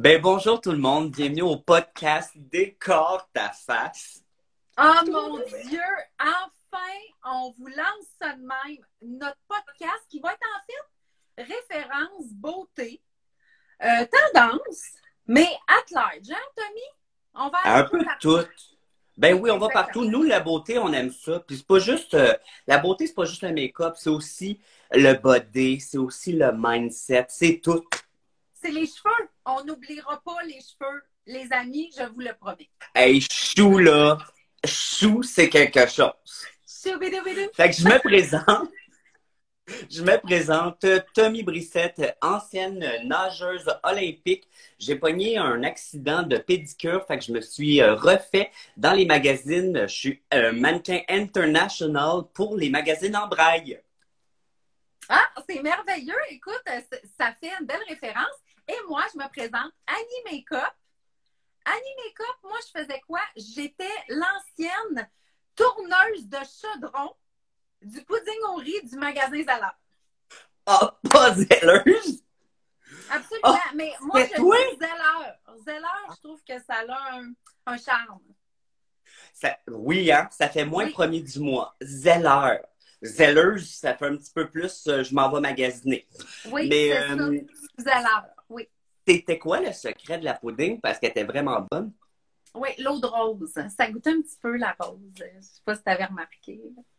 Bonjour tout le monde, bienvenue au podcast Décore ta face. Oh mon Dieu, enfin, on vous lance ça de même. Notre podcast qui va être en fait référence beauté, tendance, mais at large, hein, Tommy? On va Un un peu peu de partout. tout. Oui, Oui, on va partout. exactement. Nous, la beauté, on aime ça. Puis c'est pas juste, la beauté, c'est pas juste le make-up, c'est aussi le body, c'est aussi le mindset, c'est tout. C'est les cheveux. On n'oubliera pas les cheveux, les amis, je vous le promets. Hey, chou là, chou, c'est quelque chose. Choubidouibidou. Fait que je me présente, Tommy Brissette, ancienne nageuse olympique. J'ai pogné un accident de pédicure, fait que je me suis refait dans les magazines. Je suis mannequin international pour les magazines en braille. Ah, c'est merveilleux. Écoute, ça fait une belle référence. Et moi, je me présente Annie Makeup. Annie Makeup, moi, je faisais quoi? J'étais l'ancienne tourneuse de chaudron du pudding au riz du magasin Zala. Ah, pas zelleuse! Absolument. Ah, Mais moi, c'est je toi? dis Zeller. Zeller, je trouve que ça a un charme. Oui, hein, ça fait moins Oui, premier du mois. Zeller. Zelleuse, ça fait un petit peu plus, je m'en vais magasiner. oui, Mais c'est ça. Zeller. Oui. c'était quoi le secret de la pudding? Parce qu'elle était vraiment bonne. Oui, l'eau de rose. Ça goûte un petit peu la rose. Je ne sais pas si tu avais remarqué.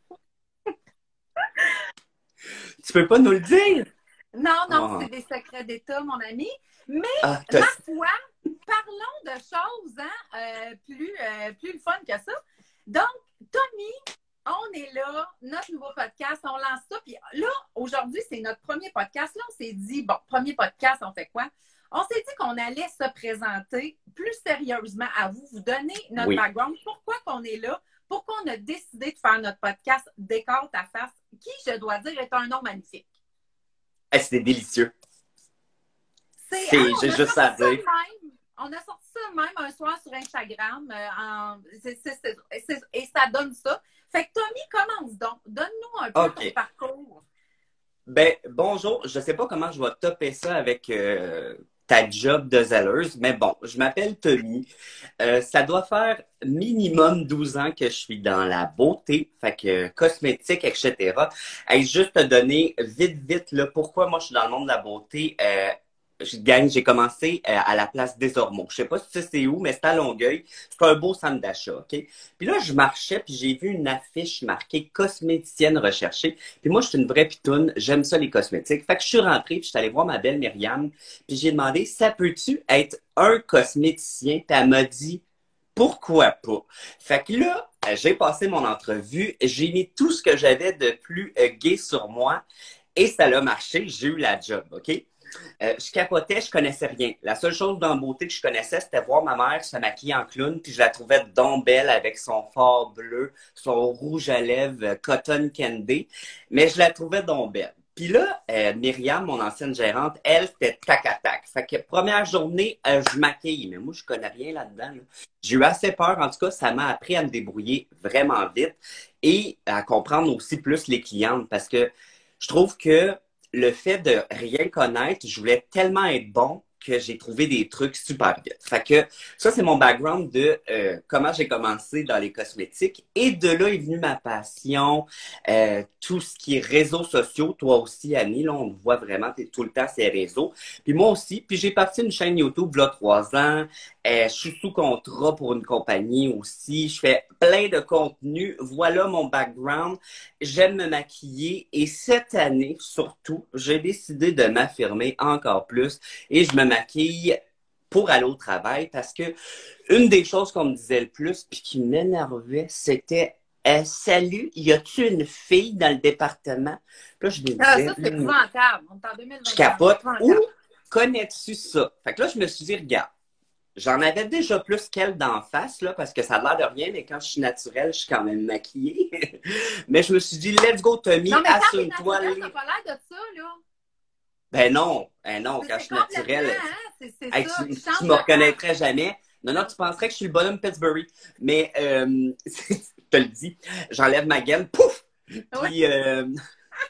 Tu peux pas nous le dire? Non, non, Ah, c'est des secrets d'État, mon ami. Mais ah, ma foi, parlons de choses plus le fun que ça. Donc, Tommy, on est là, notre nouveau podcast, on lance ça. Puis là, aujourd'hui, c'est notre premier podcast. Là, on s'est dit, bon, premier podcast, on fait quoi? On s'est dit qu'on allait se présenter plus sérieusement à vous, vous donner notre oui. background, pourquoi qu'on est là, pourquoi on a décidé de faire notre podcast Décore ta face, qui, je dois dire, est un nom magnifique. Ah, c'était délicieux. Hein, J'ai juste ça à dire. on a sorti ça de même un soir sur Instagram et ça donne ça. Fait que Tommy, commence donc. Donne-nous un peu ton OK. parcours. Bonjour. Je sais pas comment je vais topper ça avec ta job de zelleuse, mais bon, je m'appelle Tommy. Ça doit faire minimum 12 ans que je suis dans la beauté, fait que cosmétique, etc. Hey, juste te donner vite, là, pourquoi moi je suis dans le monde de la beauté. J'ai commencé à la place des Ormeaux. Je sais pas si tu sais c'est où, mais c'est à Longueuil. C'est un beau centre d'achat, OK? Puis là, je marchais, puis j'ai vu une affiche marquée cosméticienne recherchée. Puis moi, je suis une vraie pitoune, j'aime ça les cosmétiques. Fait que je suis rentrée, puis je suis allée voir ma belle Myriam, puis j'ai demandé, ça peut-tu être un cosméticien? Puis elle m'a dit, pourquoi pas? Fait que là, j'ai passé mon entrevue, j'ai mis tout ce que j'avais de plus gay sur moi, et ça a marché, j'ai eu la job, OK? Je capotais, je connaissais rien. La seule chose dans la beauté que je connaissais, c'était voir ma mère se maquiller en clown, puis je la trouvais donc belle avec son fard bleu, son rouge à lèvres cotton candy, mais je la trouvais donc belle. Puis là, Myriam, mon ancienne gérante, elle, c'était tac à tac. Fait que première journée, je maquille, mais moi, je connais rien là-dedans. Là. J'ai eu assez peur, en tout cas, ça m'a appris à me débrouiller vraiment vite et à comprendre aussi plus les clientes parce que je trouve que le fait de rien connaître, je voulais tellement être bon que j'ai trouvé des trucs super vite. Fait que ça, c'est mon background de comment j'ai commencé dans les cosmétiques. Et de là est venue ma passion, tout ce qui est réseaux sociaux. Toi aussi, Annie, là, on te voit vraiment, t'es tout le temps sur les réseaux. Puis moi aussi. Puis j'ai parti une chaîne YouTube, là, 3 ans. Je suis sous contrat pour une compagnie aussi. Je fais plein de contenu. Voilà mon background. J'aime me maquiller et cette année, surtout, j'ai décidé de m'affirmer encore plus et je me maquille pour aller au travail parce que une des choses qu'on me disait le plus puis qui m'énervait, c'était Salut, y a-tu une fille dans le département? Puis là, je me Ah, disais, ça, c'est épouvantable. On est en je 2021. C'est capote. Où épouvantable. connais-tu ça? Fait que là, je me suis dit, regarde, j'en avais déjà plus qu'elle d'en face, là, parce que ça a l'air de rien, mais quand je suis naturelle, je suis quand même maquillée. Mais je me suis dit, let's go, Tommy, Non, mais quand t'es assume-toi. naturel, t'as pas l'air de ça, là. Ben non, quand je C'est suis complètement, naturelle, hein? C'est hey, ça. tu, Tu tu changes me de face. reconnaîtrais jamais. Non, non, tu penserais que je suis le bonhomme Pittsburgh. Mais, je te le dis, j'enlève ma gueule, pouf! Oui. Puis,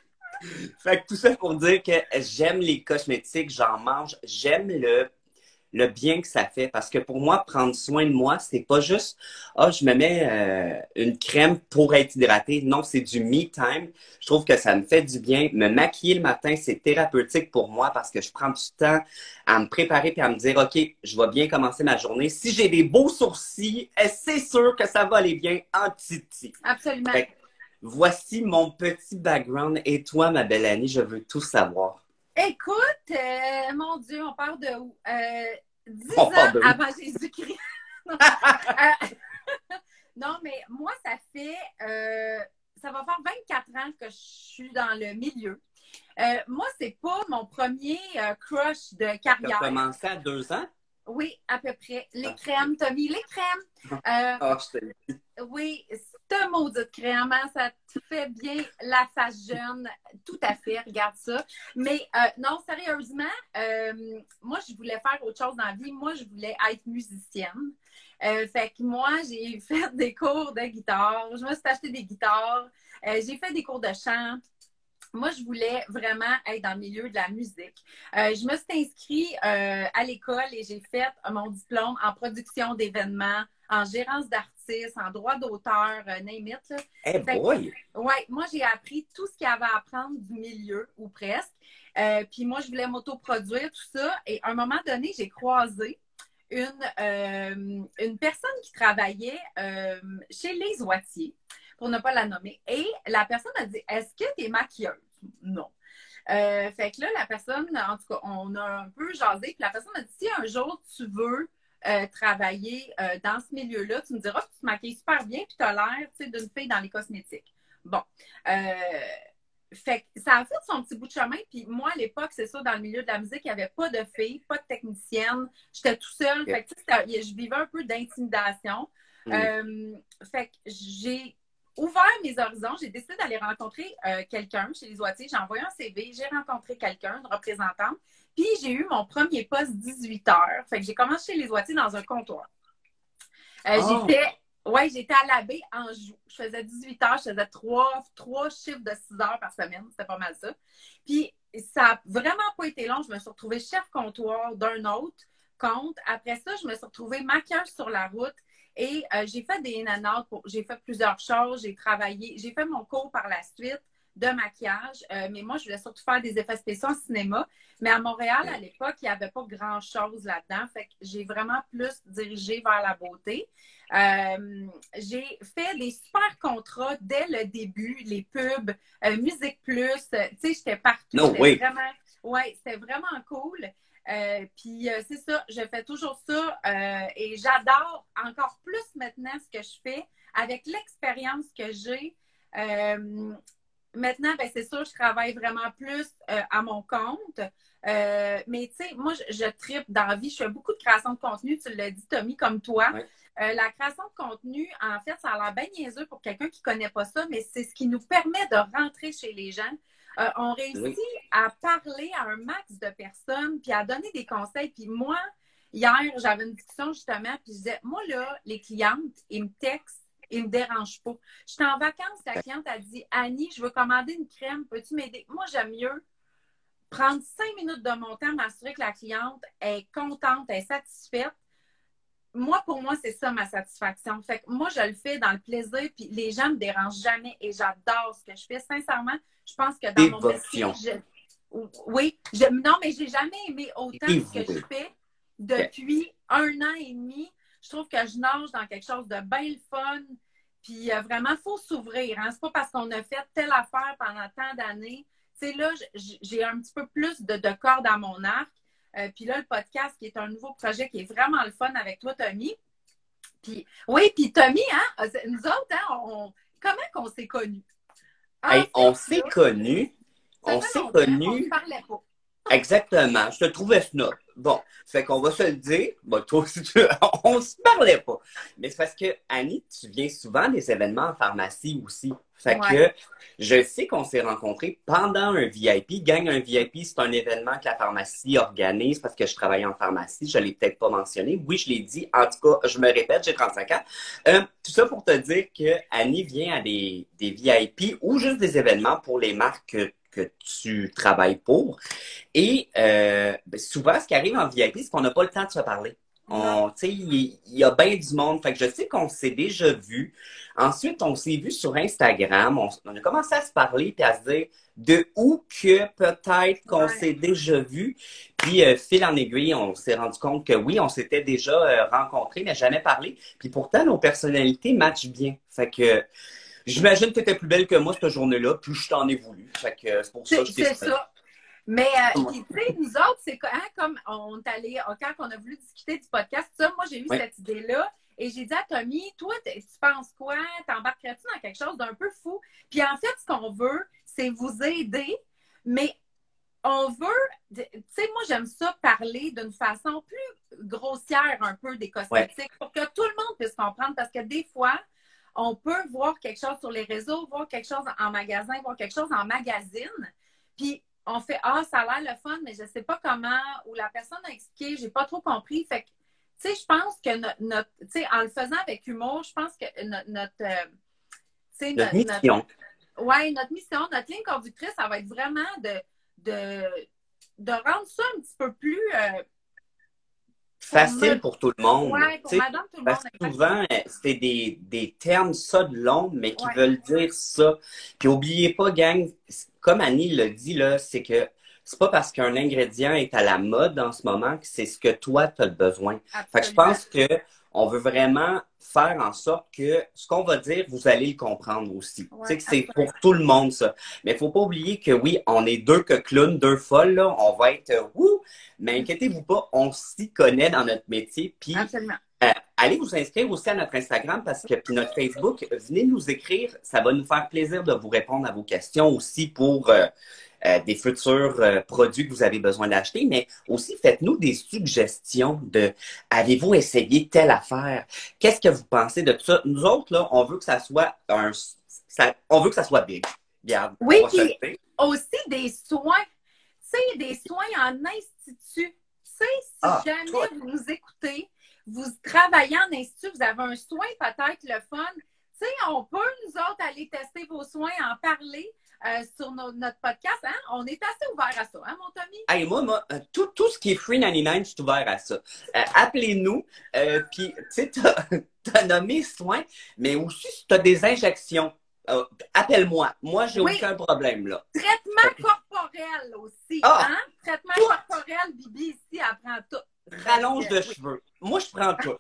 fait que tout ça pour dire que j'aime les cosmétiques, j'en mange, j'aime le bien que ça fait. Parce que pour moi, prendre soin de moi, c'est pas juste, ah, je me mets une crème pour être hydratée. Non, c'est du me time. Je trouve que ça me fait du bien. Me maquiller le matin, c'est thérapeutique pour moi parce que je prends du temps à me préparer puis à me dire, OK, je vais bien commencer ma journée. Si j'ai des beaux sourcils, c'est sûr que ça va aller bien en titi. Absolument. Fait que, voici mon petit background. Et toi, ma belle Annie, je veux tout savoir. Écoute, mon Dieu, on part de où? 10 On part ans de où? avant Jésus-Christ. Non. Non, mais moi, ça va faire 24 ans que je suis dans le milieu. Moi, c'est pas mon premier crush de Tu as carrière. commencé à 2 ans? Oui, à peu près. Les Ah, crèmes, Tommy, les crèmes. ah, je te le dis. Oui, cette maudite crème, hein, ça te fait bien la face jeune. Tout à fait, regarde ça. Mais non, sérieusement, moi, je voulais faire autre chose dans la vie. Moi, je voulais être musicienne. Fait que moi, j'ai fait des cours de guitare. Je me suis acheté des guitares. J'ai fait des cours de chant. Moi, je voulais vraiment être dans le milieu de la musique. Je me suis inscrite à l'école et j'ai fait mon diplôme en production d'événements, en gérance d'artistes, en droit d'auteur, name it. Là. Eh boy! Ouais, moi, j'ai appris tout ce qu'il y avait à apprendre du milieu, ou presque. Puis moi, je voulais m'autoproduire, tout ça. Et à un moment donné, j'ai croisé une personne qui travaillait chez Les Oitiers, pour ne pas la nommer. Et la personne a dit, est-ce que tu es maquilleuse? Non. Fait que là, la personne, en tout cas, on a un peu jasé. Puis la personne a dit, si un jour tu veux travailler dans ce milieu-là, tu me diras que tu te maquilles super bien puis tu as l'air d'une fille dans les cosmétiques. Bon. Fait que ça a fait son petit bout de chemin. Puis moi, à l'époque, c'est ça, dans le milieu de la musique, il n'y avait pas de filles, pas de technicienne. J'étais tout seule. Fait que je vivais un peu d'intimidation. Fait que j'ai ouvert mes horizons. J'ai décidé d'aller rencontrer quelqu'un chez les Oitiers. J'ai envoyé un CV. J'ai rencontré quelqu'un, une représentante. Puis j'ai eu mon premier poste 18 heures. Fait que j'ai commencé chez les Oitiers dans un comptoir. J'étais à l'abbé en Anjou. Je faisais 18 heures, je faisais trois chiffres de 6 heures par semaine. C'était pas mal ça. Puis, ça n'a vraiment pas été long. Je me suis retrouvée chef comptoir d'un autre compte. Après ça, je me suis retrouvée maquilleuse sur la route. Et j'ai fait des in-and-out. J'ai fait plusieurs choses. J'ai travaillé. J'ai fait mon cours par la suite de maquillage. Mais moi, je voulais surtout faire des effets spéciaux en cinéma. Mais à Montréal, à l'époque, il n'y avait pas grand-chose là-dedans. Fait que j'ai vraiment plus dirigé vers la beauté. J'ai fait des super contrats dès le début, les pubs, Musique Plus, tu sais, j'étais partout. C'était vraiment cool. Puis c'est ça, je fais toujours ça et j'adore encore plus maintenant ce que je fais avec l'expérience que j'ai. Maintenant, ben, c'est sûr, je travaille vraiment plus à mon compte. Mais tu sais, moi, je tripe dans la vie. Je fais beaucoup de création de contenu. Tu l'as dit, Tommy, comme toi. Ouais. La création de contenu, en fait, ça a l'air bien niaiseux pour quelqu'un qui ne connaît pas ça, mais c'est ce qui nous permet de rentrer chez les gens. On réussit à parler à un max de personnes, puis à donner des conseils. Puis moi, hier, j'avais une discussion justement, puis je disais, moi, là, les clientes, ils me textent. Ils ne me dérangent pas. J'étais en vacances, la cliente a dit, Annie, je veux commander une crème, peux-tu m'aider? Moi, j'aime mieux prendre 5 minutes de mon temps, m'assurer que la cliente est contente, est satisfaite. Moi, pour moi, c'est ça ma satisfaction. Fait que moi, je le fais dans le plaisir, puis les gens ne me dérangent jamais et j'adore ce que je fais. Sincèrement, je pense que dans mon métier, non, mais j'ai jamais aimé autant ce que je fais depuis 1 an et demi. Je trouve que je nage dans quelque chose de bien le fun. Puis vraiment, il faut s'ouvrir. Hein? C'est pas parce qu'on a fait telle affaire pendant tant d'années. Tu sais, là, j'ai un petit peu plus de cordes à mon arc. Puis là, le podcast, qui est un nouveau projet qui est vraiment le fun avec toi, Tommy. Puis Tommy, hein, nous autres, hein, comment qu'on s'est connus? On s'est connus. On s'est connus. On ne parlait pas. Exactement. Je te trouvais snob. Bon, fait qu'on va se le dire. Bon, toi aussi, on se parlait pas. Mais c'est parce que, Annie, tu viens souvent des événements en pharmacie aussi. Fait que je sais qu'on s'est rencontrés pendant un VIP. Gagne un VIP, c'est un événement que la pharmacie organise parce que je travaille en pharmacie. Je ne l'ai peut-être pas mentionné. Oui, je l'ai dit. En tout cas, je me répète, j'ai 35 ans. Tout ça pour te dire que Annie vient à des VIP ou juste des événements pour les marques que tu travailles pour. Et souvent, ce qui arrive en VIP, c'est qu'on n'a pas le temps de se parler. Non. Tu sais, il y a bien du monde. Fait que je sais qu'on s'est déjà vu. Ensuite, on s'est vu sur Instagram. On a commencé à se parler et à se dire de où que peut-être qu'on Ouais. s'est déjà vu. Puis, fil en aiguille, on s'est rendu compte que oui, on s'était déjà rencontrés, mais jamais parlé. Puis pourtant, nos personnalités matchent bien. Fait que j'imagine que tu étais plus belle que moi cette journée-là, plus je t'en ai voulu. Fait que c'est pour ça que je t'ai C'est spoilé. ça. Mais, puis, tu sais, nous autres, c'est comme on est allé, quand on a voulu discuter du podcast, ça, moi, j'ai eu Oui. cette idée-là et j'ai dit à Tommy, toi, tu penses quoi? T'embarquerais-tu dans quelque chose d'un peu fou? Puis, en fait, ce qu'on veut, c'est vous aider, mais on veut, tu sais, moi, j'aime ça parler d'une façon plus grossière un peu des Ouais. cosmétiques pour que tout le monde puisse comprendre parce que des fois, on peut voir quelque chose sur les réseaux, voir quelque chose en magasin, voir quelque chose en magazine, puis on fait « Ah, ça a l'air le fun, mais je ne sais pas comment » ou la personne a expliqué, j'ai pas trop compris. Fait que, tu sais, je pense que tu sais, en le faisant avec humour, je pense que tu sais, Notre mission. ouais, notre mission, notre ligne conductrice, ça va être vraiment de, de rendre ça un petit peu plus Facile pour tout le monde. ouais, pour Tu sais, madame tout le parce monde. que Exactement. souvent, c'est des termes ça de long, mais qui Ouais, veulent dire ça. Puis oubliez pas, gang, comme Annie l'a dit, là, c'est que c'est pas parce qu'un ingrédient est à la mode en ce moment que c'est ce que toi, tu as besoin. Fait que je absolument. pense que on veut vraiment faire en sorte que ce qu'on va dire, vous allez le comprendre aussi. Tu sais Ouais, que c'est pour tout le monde, ça. Mais il faut pas oublier que oui, on est deux clowns, deux folles, là. On va être wouh! Mais inquiétez-vous pas, on s'y connaît dans notre métier. Puis absolument. allez vous inscrire aussi à notre Instagram parce que puis notre Facebook, venez nous écrire. Ça va nous faire plaisir de vous répondre à vos questions aussi pour des futurs produits que vous avez besoin d'acheter. Mais aussi, faites-nous des suggestions de avez-vous essayé telle affaire? Qu'est-ce que vous pensez de tout ça? Nous autres, là, on veut que ça soit on veut que ça soit big. Regarde, Oui, on va se le puis dire. aussi des soins. Tu sais, des soins en institut. Tu sais, si Ah, toi, jamais vous nous écoutez, vous travaillez en institut, vous avez un soin peut-être le fun. Tu sais, on peut, nous autres, aller tester vos soins, en parler sur notre podcast. Hein? On est assez ouvert à ça, hein, mon Tommy? hey, moi, tout ce qui est Free 99, je suis ouvert à ça. Appelez-nous, puis, tu sais, t'as nommé soins, mais aussi si t'as des injections, appelle-moi. Moi, j'ai Oui, aucun problème, là. traitement corporel aussi. Ah, Hein? Traitement tout, corporel, Bibi, ici, elle prend tout. rallonge de Oui. cheveux. Moi, je prends tout.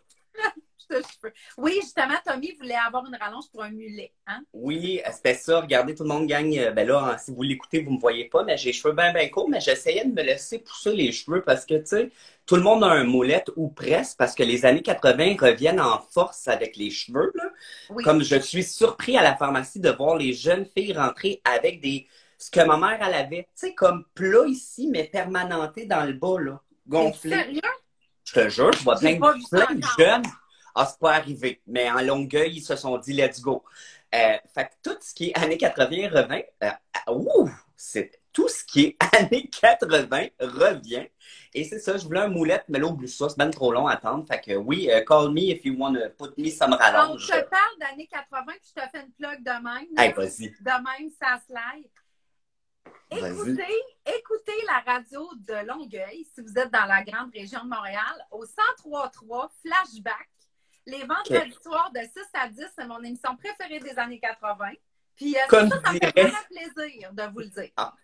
Oui, justement, Tommy voulait avoir une rallonge pour un mulet. Hein? Oui, c'était ça. Regardez, tout le monde gagne. Ben là, si vous l'écoutez, vous me voyez pas, mais j'ai les cheveux bien, bien courts, mais j'essayais de me laisser pousser les cheveux parce que, tu sais, tout le monde a un moulette ou presque parce que les années 80 reviennent en force avec les cheveux, là. Oui, Comme je suis surpris à la pharmacie de voir les jeunes filles rentrer avec ce que ma mère, elle avait, tu sais, comme plat ici, mais permanenté dans le bas, là, t'es gonflé. sérieux? Je te jure, je vois J'ai pas vu ça plein de encore. jeunes. Ah, c'est pas arrivé. Mais en Longueuil, ils se sont dit, let's go. Fait que tout ce qui est années 80 revient. C'est tout ce qui est années 80 revient. Et c'est ça, je voulais un moulette, mais là, oublie ça, c'est bien trop long à attendre. Fait que oui, call me if you want to put me some On rallonge. te parle d'années 80 puis je te fais une plug de même. Hey, vas-y, De même, ça slide. vas-y. Écoutez la radio de Longueuil, si vous êtes dans la grande région de Montréal, au 103.3 Flashback. Les vendredis soirs de 6 à 10, c'est mon émission préférée des années 80. Puis Comme ça me fait dirait... vraiment plaisir de vous le dire. Ah,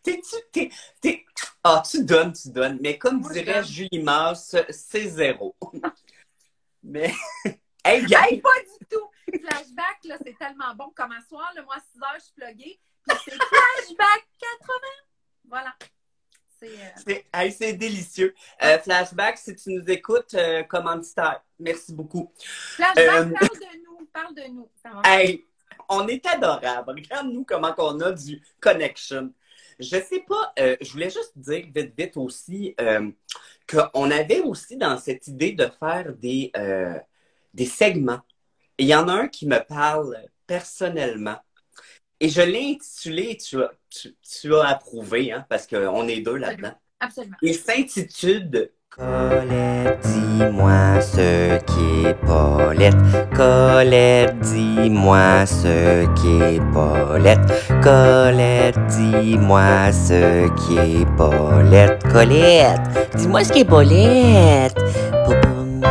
tu donnes. Mais comme Moi, je dirait donne. Julie Masse, c'est zéro. Mais, hey, gars, Hey, pas du tout! Flashback, là, c'est tellement bon comme un soir. Là, moi, à 6 heures, je suis pluguée. Puis c'est Flashback 80. Voilà. c'est délicieux. Flashback, si tu nous écoutes, commanditaire. Merci beaucoup. Flashback, parle de nous. Ça va? Hey, on est adorables. Regarde-nous comment on a du connection. Je sais pas, je voulais juste dire vite aussi qu'on avait aussi dans cette idée de faire des segments. Et il y en a un qui me parle personnellement. Et je l'ai intitulé, tu as approuvé, hein, parce qu'on est deux là-dedans. Absolument. Il s'intitule Colette, dis-moi ce qu'est Paulette. Colette, dis-moi ce qu'est Paulette. Colette, dis-moi ce qu'est Paulette. Colette, dis-moi ce qu'est Paulette. Poupoum.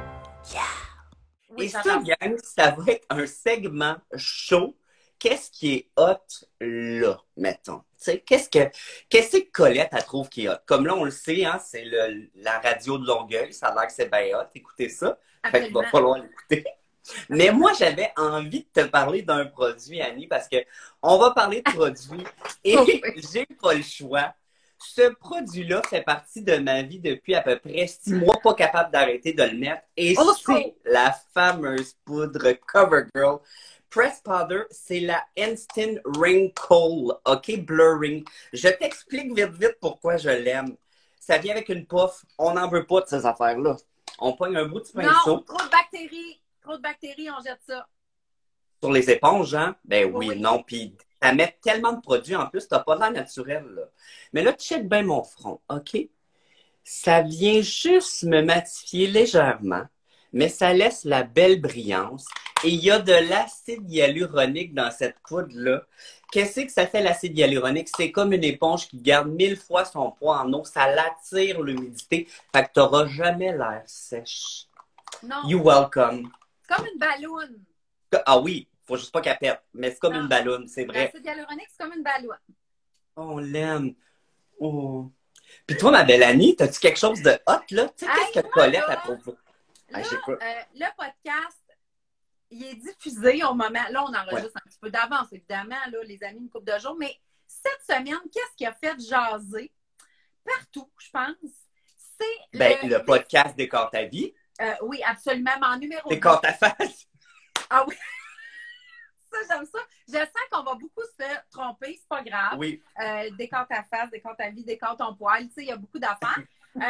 Oui, Et ça, j'adore. gang, ça va être un segment chaud. Qu'est-ce qui est hot là, mettons? Tu sais, qu'est-ce que Colette, elle trouve qui est hot? Comme là, on le sait, hein, c'est la radio de Longueuil. Ça a l'air que c'est bien hot. Écoutez ça. Fait qu'il va Absolument. falloir l'écouter. Mais moi, j'avais envie de te parler d'un produit, Annie, parce que on va parler de produits et Oh, oui. j'ai pas le choix. Ce produit-là fait partie de ma vie depuis à peu près 6 mois, pas capable d'arrêter de le mettre. Et Au secours. c'est la fameuse poudre CoverGirl Press Powder. C'est la Instant Wrinkle, OK? Blurring. Je t'explique vite, vite pourquoi je l'aime. Ça vient avec une puff. On n'en veut pas de ces affaires-là. On pogne un bout de Non, pinceau. trop de bactéries. Trop de bactéries, on jette ça. Sur les éponges, hein? Ben Oui, oui, oui. non. Puis, ça met tellement de produits en plus, t'as pas l'air naturel, là. Mais là, check bien mon front, OK? Ça vient juste me matifier légèrement, mais ça laisse la belle brillance. Et il y a de l'acide hyaluronique dans cette poudre-là. Qu'est-ce que ça fait, l'acide hyaluronique? C'est comme une éponge qui garde 1000 fois son poids en eau. Ça l'attire l'humidité. Fait que t'auras jamais l'air sèche. Non, You welcome. c'est comme une balloune. Ah oui, faut juste pas qu'elle pète, mais c'est comme une Non, ballonne, c'est vrai. l'acide hyaluronique, c'est comme une balloune. Oh, on l'aime. Oh. Puis toi, ma belle Annie, t'as-tu quelque chose de hot, là? Tu sais, Hey, qu'est-ce que moi, Colette, là, elle trouve? Ah, là, j'ai pas. le podcast, il est diffusé au moment. Là, on Ouais. enregistre un petit peu d'avance, évidemment, là, les amis, une couple de jours. Mais cette semaine, qu'est-ce qui a fait jaser partout, je pense? C'est Ben, le. le podcast Décore ta vie, Oui, absolument, mais en numéro 2. Décore ta face. Ah oui, ça, j'aime ça. Je sens qu'on va beaucoup se tromper, c'est pas grave. Oui. Décore ta face, décore ta vie, décore ton poil. Tu sais, il y a beaucoup d'affaires.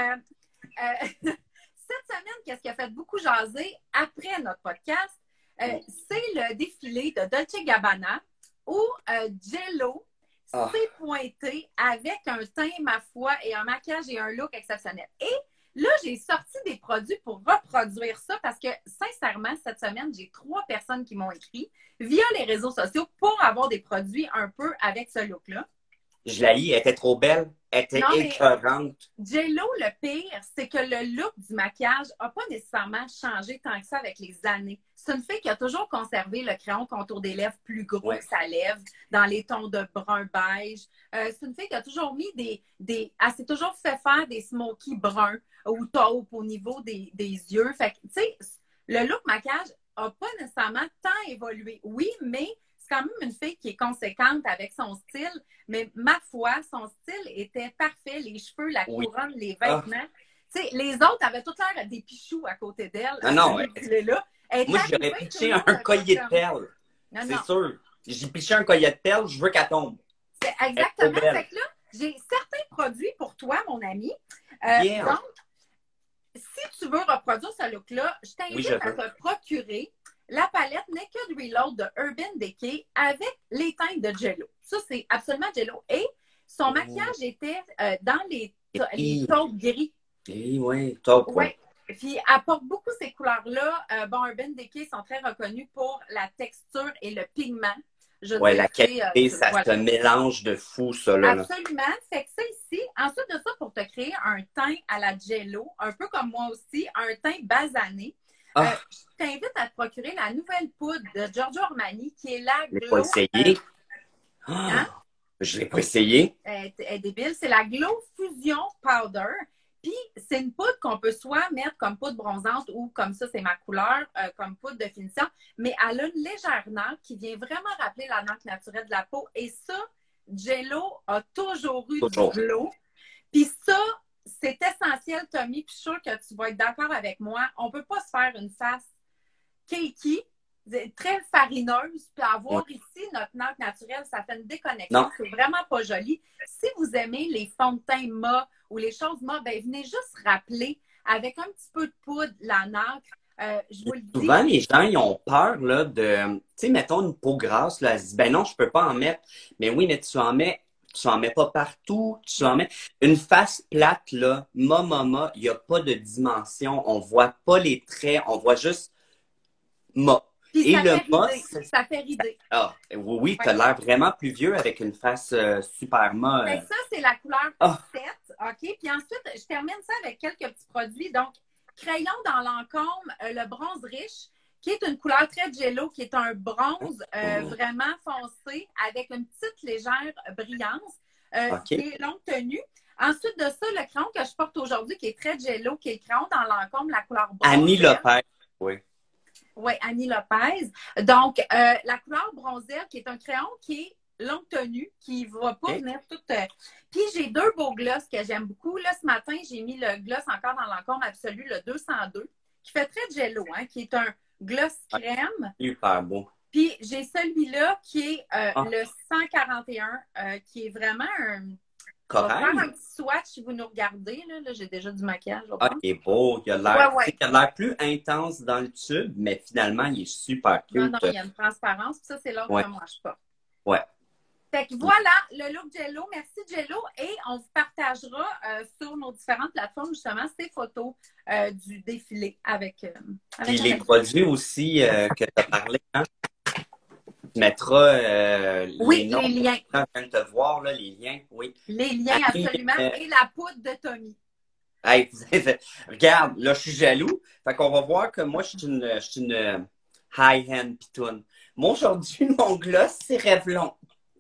Cette semaine, qu'est-ce qui a fait beaucoup jaser après notre podcast? C'est le défilé de Dolce Gabbana où Jello Ah. s'est pointé avec un teint, ma foi, et un maquillage et un look exceptionnel. Et là, j'ai sorti des produits pour reproduire ça parce que, sincèrement, cette semaine, j'ai 3 personnes qui m'ont écrit via les réseaux sociaux pour avoir des produits un peu avec ce look-là. Je la lis, elle était trop belle. Elle était Non, mais écœurante. Jello, le pire, c'est que le look du maquillage n'a pas nécessairement changé tant que ça avec les années. C'est une fille qui a toujours conservé le crayon contour des lèvres plus gros Ouais. que sa lèvre, dans les tons de brun beige. C'est une fille qui a toujours mis elle s'est toujours fait faire des smokies bruns ou taupes au niveau des yeux. Fait que, tu sais, le look maquillage n'a pas nécessairement tant évolué. Oui, mais c'est quand même une fille qui est conséquente avec son style. Mais ma foi, son style était parfait. Les cheveux, la Oui. couronne, les Ah. vêtements. Tu sais, les autres avaient tout l'air des pichous à côté d'elle. Ah non, à ce défilé-là. Elle moi, était j'aurais arrivée, pitché tout le monde un a collier de comme- perles. Non, C'est non. sûr. J'ai piché un collier de perles, je veux qu'elle tombe. C'est Elle est exactement. trop belle. Fait que là, j'ai certains produits pour toi, mon ami. Yeah. Donc, si tu veux reproduire ce look-là, je t'invite Oui, je à veux. te procurer la palette Naked Reload de Urban Decay avec les teintes de Jello. Ça, c'est absolument Jello. Et son Oh. maquillage était dans les Et- taupes gris. Eh oui, top, Oui. ouais. Puis, elle apporte beaucoup ces couleurs-là. Bon, Urban Decay sont très reconnus pour la texture et le pigment. Je veux Ouais, dire, la qualité, ça voilà. se mélange de fou, ça, là. Absolument. Fait que ça ici, ensuite de ça, pour te créer un teint à la Jello, un peu comme moi aussi, un teint basané, Ah, je t'invite à te procurer la nouvelle poudre de Giorgio Armani qui est la je l'ai pas Glow. essayé. hein? Je l'ai pas essayé. Elle est débile. C'est la Glow Fusion Powder. Puis, c'est une poudre qu'on peut soit mettre comme poudre bronzante ou comme ça, c'est ma couleur, comme poudre de finition. Mais elle a une légère nacre qui vient vraiment rappeler la nacre naturelle de la peau. Et ça, Jello a toujours eu Toujours. du glow. Puis ça, c'est essentiel, Tommy. Puis je suis sûre que tu vas être d'accord avec moi. On ne peut pas se faire une face cakey, très farineuse, puis avoir ici notre nacre naturelle, ça fait une déconnexion. Non. C'est vraiment pas joli. Si vous aimez les fonds de teint mat ou les choses mat, ben venez juste rappeler avec un petit peu de poudre la nacre. Je vous le dis. Souvent, les gens, ils ont peur, là, de, tu sais, mettons une peau grasse, là, elle se dit, ben non, je peux pas en mettre. Mais oui, mais tu en mets tu n'en mets pas partout, tu en mets... Une face plate, là, mama, il n'y a pas de dimension, on voit pas les traits, on voit juste ma. Puis Et ça le fait ma, rider. Ça fait rider. ah, oui, Ouais. t'as l'air vraiment plus vieux avec une face super ma. Fait que ça, c'est la couleur Ah, 7. OK? Puis ensuite, je termine ça avec quelques petits produits. Donc, crayon dans Lancôme, le bronze riche, qui est une couleur très jello, qui est un bronze vraiment foncé avec une petite légère brillance, OK. qui est longue tenue. Ensuite de ça, le crayon que je porte aujourd'hui, qui est très jello, qui est le crayon dans Lancôme, la couleur bronze. Annie Lopez, oui. Oui, Annie Lopez. Donc, la couleur bronzelle, qui est un crayon qui est longue tenue, qui ne va pas venir toute... Puis, j'ai deux beaux gloss que j'aime beaucoup. Là, ce matin, j'ai mis le gloss encore dans Lancôme Absolu, le 202, qui fait très jello, hein, qui est un gloss crème. Super beau. Puis, j'ai celui-là qui est le 141, qui est vraiment un... Correct. On va faire un petit swatch si vous nous regardez. Là, j'ai déjà du maquillage. Ah, il est beau. Il a l'air Ouais. il a l'air plus intense dans le tube, mais finalement, il est super cute. Non, il y a une transparence. Puis ça, c'est l'autre que moi, je porte. Ouais. Fait que voilà, le look Jello. Merci Jello. Et on vous partagera sur nos différentes plateformes, justement, ces photos du défilé avec Puis les produits aussi que tu as parlé, hein? Tu mettras oui, les noms. les liens. Je viens de te voir, là, les liens, oui. Les liens, absolument. Et la poudre de Tommy. Hey, regarde, là, je suis jaloux. Fait qu'on va voir que moi, je suis une high-end pitoune. Moi, aujourd'hui, mon gloss, c'est Revlon.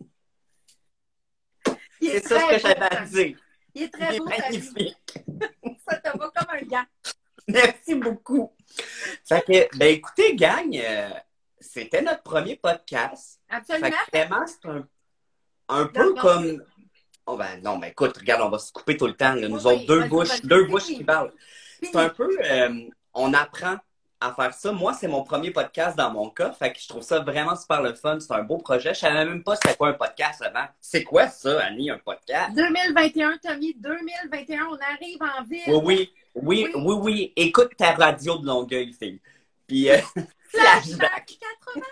C'est ça ce que j'avais à dire. Il est très beau. Magnifique. Ça te va comme un gant. Merci beaucoup. Fait que, ben écoutez, gang, c'était notre premier podcast. Absolument. Fait que vraiment, c'est un peu comme... Oh ben non, ben écoute, regarde, on va se couper tout le temps. Là. Nous autres, deux bouches qui parlent. C'est un peu... on apprend à faire ça. Moi, c'est mon premier podcast dans mon cas. Fait que je trouve ça vraiment super le fun. C'est un beau projet. Je savais même pas c'était quoi un podcast avant. C'est quoi ça, Annie, un podcast? 2021, Tommy, 2021, on arrive en ville. Oui. Écoute ta radio de Longueuil, fille. Puis, Flashback 80.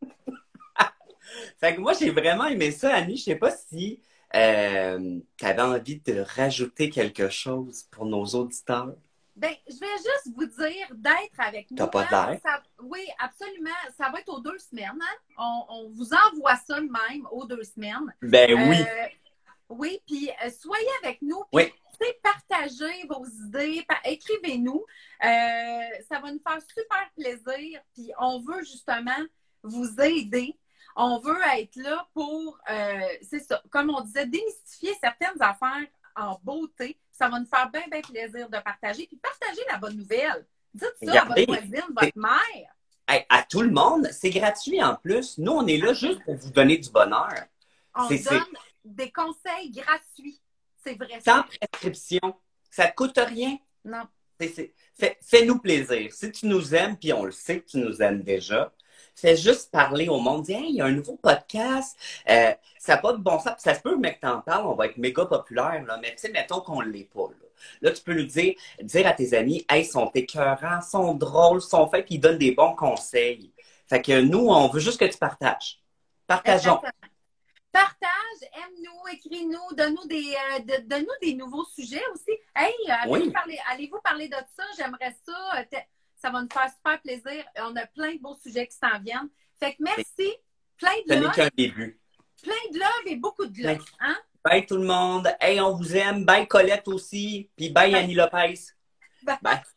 Fait que moi, j'ai vraiment aimé ça, Annie. Je sais pas si tu avais envie de rajouter quelque chose pour nos auditeurs. Ben, je vais juste vous dire d'être avec nous. T'as pas d'air? Oui, absolument. Ça va être aux 2 semaines. Hein? On vous envoie ça de même aux 2 semaines. Ben oui. Oui, puis soyez avec nous. Oui. Partagez vos idées, écrivez-nous. Ça va nous faire super plaisir. Puis on veut justement vous aider. On veut être là pour, c'est ça, comme on disait, démystifier certaines affaires en beauté. Ça va nous faire bien, bien plaisir de partager. Puis partagez la bonne nouvelle. Dites ça à votre voisine, votre mère. Hey, à tout le monde, c'est gratuit en plus. Nous, on est là juste pour vous donner du bonheur. On donne des conseils gratuits. C'est vrai. Sans prescription. Ça ne te coûte rien. Non. Fais-nous plaisir. Si tu nous aimes, puis on le sait que tu nous aimes déjà, fais juste parler au monde. Dis, hey, il y a un nouveau podcast. Ça n'a pas de bon sens. Puis ça se peut, mec, t'en parles, on va être méga populaire, là. Mais tu sais, mettons qu'on ne l'est pas, là. Là, tu peux nous dire à tes amis, hey, ils sont écœurants, sont drôles, sont faits, puis ils donnent des bons conseils. Fait que nous, on veut juste que tu partages. Partageons. Partage, aime-nous, écris-nous, donne-nous des nouveaux sujets aussi. Hey, allez-vous parler de ça? J'aimerais ça. Ça va nous faire super plaisir. On a plein de beaux sujets qui s'en viennent. Fait que merci. Plein de love. Ce n'est qu'un début. Plein de love et beaucoup de love. Hein? Bye tout le monde. Hey, on vous aime. Bye Colette aussi. Puis bye Annie Lopez. Bye.